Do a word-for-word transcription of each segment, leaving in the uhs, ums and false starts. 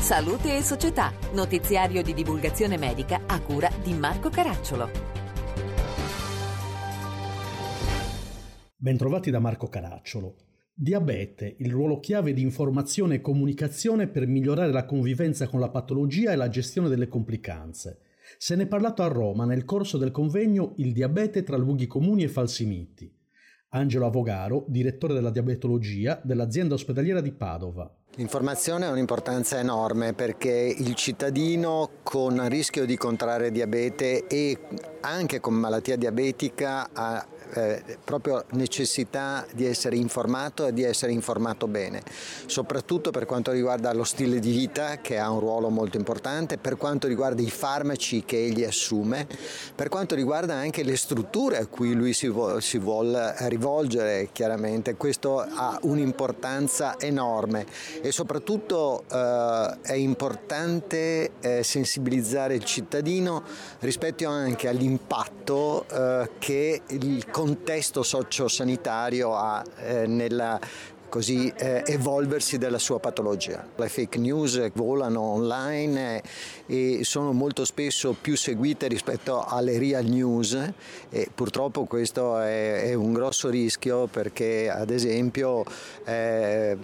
Salute e Società, notiziario di divulgazione medica a cura di Marco Caracciolo. Bentrovati da Marco Caracciolo. Diabete, il ruolo chiave di informazione e comunicazione per migliorare la convivenza con la patologia e la gestione delle complicanze. Se ne è parlato a Roma nel corso del convegno Il diabete tra luoghi comuni e falsi miti. Angelo Avogaro, direttore della diabetologia dell'azienda ospedaliera di Padova. L'informazione ha un'importanza enorme perché il cittadino con rischio di contrarre diabete e anche con malattia diabetica ha eh, proprio necessità di essere informato e di essere informato bene, soprattutto per quanto riguarda lo stile di vita, che ha un ruolo molto importante, per quanto riguarda i farmaci che egli assume, per quanto riguarda anche le strutture a cui lui si vuole, si vuole rivolgere. Chiaramente questo ha un'importanza enorme. E soprattutto eh, è importante eh, sensibilizzare il cittadino rispetto anche all'impatto eh, che il contesto sociosanitario ha eh, nella così eh, evolversi della sua patologia. Le fake news volano online eh, e sono molto spesso più seguite rispetto alle real news e purtroppo questo è, è un grosso rischio perché ad esempio eh,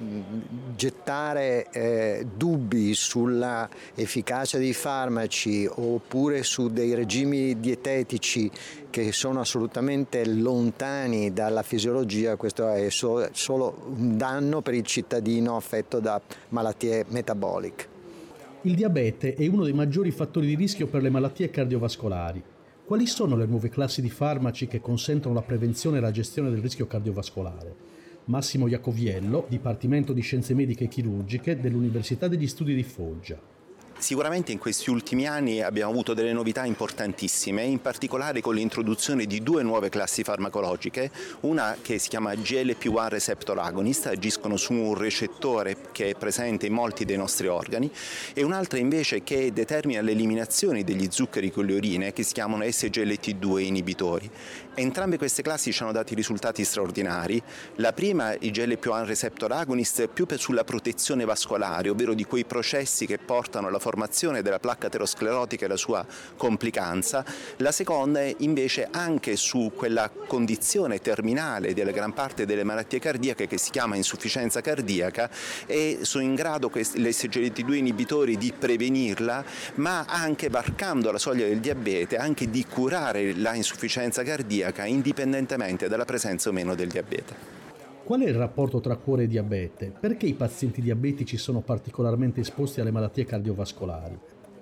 gettare eh, dubbi sulla efficacia dei farmaci oppure su dei regimi dietetici che sono assolutamente lontani dalla fisiologia, questo è so, solo un danno per il cittadino affetto da malattie metaboliche. Il diabete è uno dei maggiori fattori di rischio per le malattie cardiovascolari. Quali sono le nuove classi di farmaci che consentono la prevenzione e la gestione del rischio cardiovascolare? Massimo Iacoviello, Dipartimento di Scienze Mediche e Chirurgiche dell'Università degli Studi di Foggia. Sicuramente in questi ultimi anni abbiamo avuto delle novità importantissime, in particolare con l'introduzione di due nuove classi farmacologiche, una che si chiama G L P uno receptor agonist, agiscono su un recettore che è presente in molti dei nostri organi, e un'altra invece che determina l'eliminazione degli zuccheri con le urine, che si chiamano S G L T due inibitori. Entrambe queste classi ci hanno dato risultati straordinari. La prima, il G L P uno receptor agonist, più per sulla protezione vascolare, ovvero di quei processi che portano alla formazione della placca aterosclerotica e la sua complicanza. La seconda è invece anche su quella condizione terminale della gran parte delle malattie cardiache che si chiama insufficienza cardiaca, e sono in grado le S G L T due inibitori di prevenirla, ma anche varcando la soglia del diabete, anche di curare la insufficienza cardiaca indipendentemente dalla presenza o meno del diabete. Qual è il rapporto tra cuore e diabete? Perché i pazienti diabetici sono particolarmente esposti alle malattie cardiovascolari?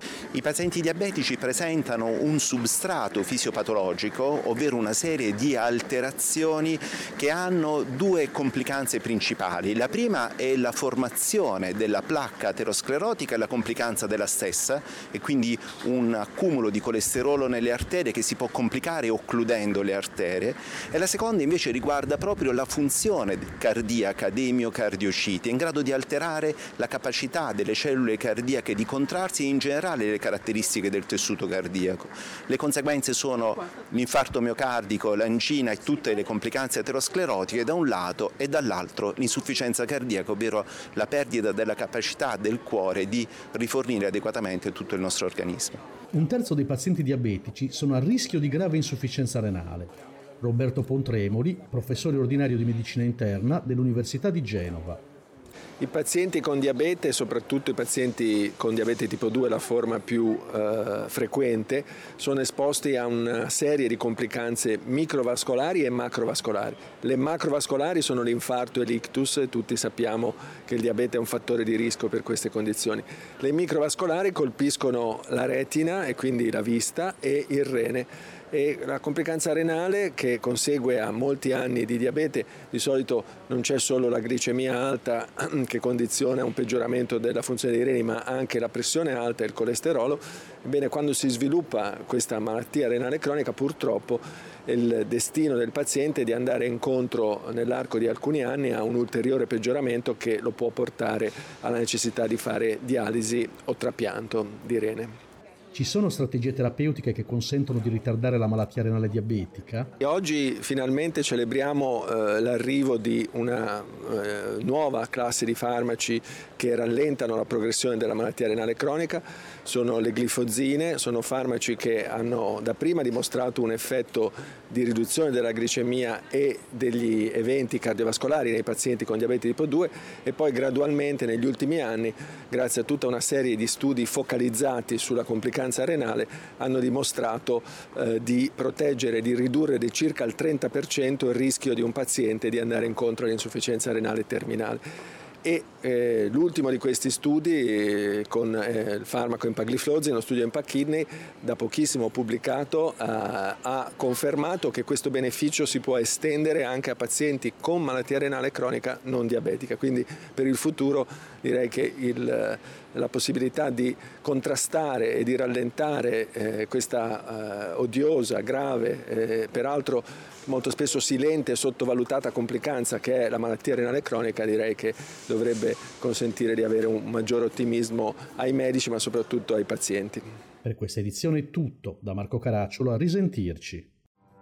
I pazienti diabetici presentano un substrato fisiopatologico, ovvero una serie di alterazioni che hanno due complicanze principali. La prima è la formazione della placca aterosclerotica e la complicanza della stessa, e quindi un accumulo di colesterolo nelle arterie che si può complicare occludendo le arterie, e la seconda invece riguarda proprio la funzione cardiaca dei miocardiociti, in grado di alterare la capacità delle cellule cardiache di contrarsi e in generale le caratteristiche del tessuto cardiaco. Le conseguenze sono l'infarto miocardico, l'angina e tutte le complicanze aterosclerotiche da un lato, e dall'altro l'insufficienza cardiaca, ovvero la perdita della capacità del cuore di rifornire adeguatamente tutto il nostro organismo. Un terzo dei pazienti diabetici sono a rischio di grave insufficienza renale. Roberto Pontremoli, professore ordinario di medicina interna dell'Università di Genova. I pazienti con diabete, soprattutto i pazienti con diabete tipo due, la forma più eh, frequente, sono esposti a una serie di complicanze microvascolari e macrovascolari. Le macrovascolari sono l'infarto e l'ictus, tutti sappiamo che il diabete è un fattore di rischio per queste condizioni. Le microvascolari colpiscono la retina e quindi la vista e il rene. E la complicanza renale, che consegue a molti anni di diabete, di solito non c'è solo la glicemia alta che condiziona un peggioramento della funzione dei reni, ma anche la pressione alta e il colesterolo. Ebbene, quando si sviluppa questa malattia renale cronica, purtroppo il destino del paziente è di andare incontro nell'arco di alcuni anni a un ulteriore peggioramento che lo può portare alla necessità di fare dialisi o trapianto di rene. Ci sono strategie terapeutiche che consentono di ritardare la malattia renale diabetica? E oggi finalmente celebriamo eh, l'arrivo di una eh, nuova classe di farmaci che rallentano la progressione della malattia renale cronica. Sono le glifosine, sono farmaci che hanno dapprima dimostrato un effetto di riduzione della glicemia e degli eventi cardiovascolari nei pazienti con diabete tipo due e poi gradualmente negli ultimi anni, grazie a tutta una serie di studi focalizzati sulla complicanza renale, hanno dimostrato eh, di proteggere, di ridurre di circa il trenta per cento il rischio di un paziente di andare incontro all'insufficienza renale terminale. E eh, l'ultimo di questi studi eh, con eh, il farmaco empagliflozin, lo studio EMPA-Kidney, da pochissimo pubblicato, eh, ha confermato che questo beneficio si può estendere anche a pazienti con malattia renale cronica non diabetica. Quindi per il futuro direi che il, la possibilità di contrastare e di rallentare eh, questa eh, odiosa, grave, eh, peraltro molto spesso silente e sottovalutata complicanza che è la malattia renale cronica, direi che dovrebbe consentire di avere un maggior ottimismo ai medici ma soprattutto ai pazienti. Per questa edizione è tutto, da Marco Caracciolo, a risentirci.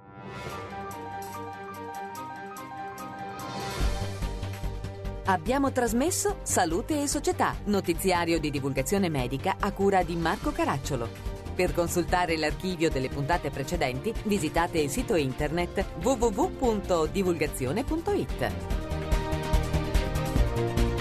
Abbiamo trasmesso Salute e Società, notiziario di divulgazione medica a cura di Marco Caracciolo. Per consultare l'archivio delle puntate precedenti, visitate il sito internet w w w punto divulgazione punto i t.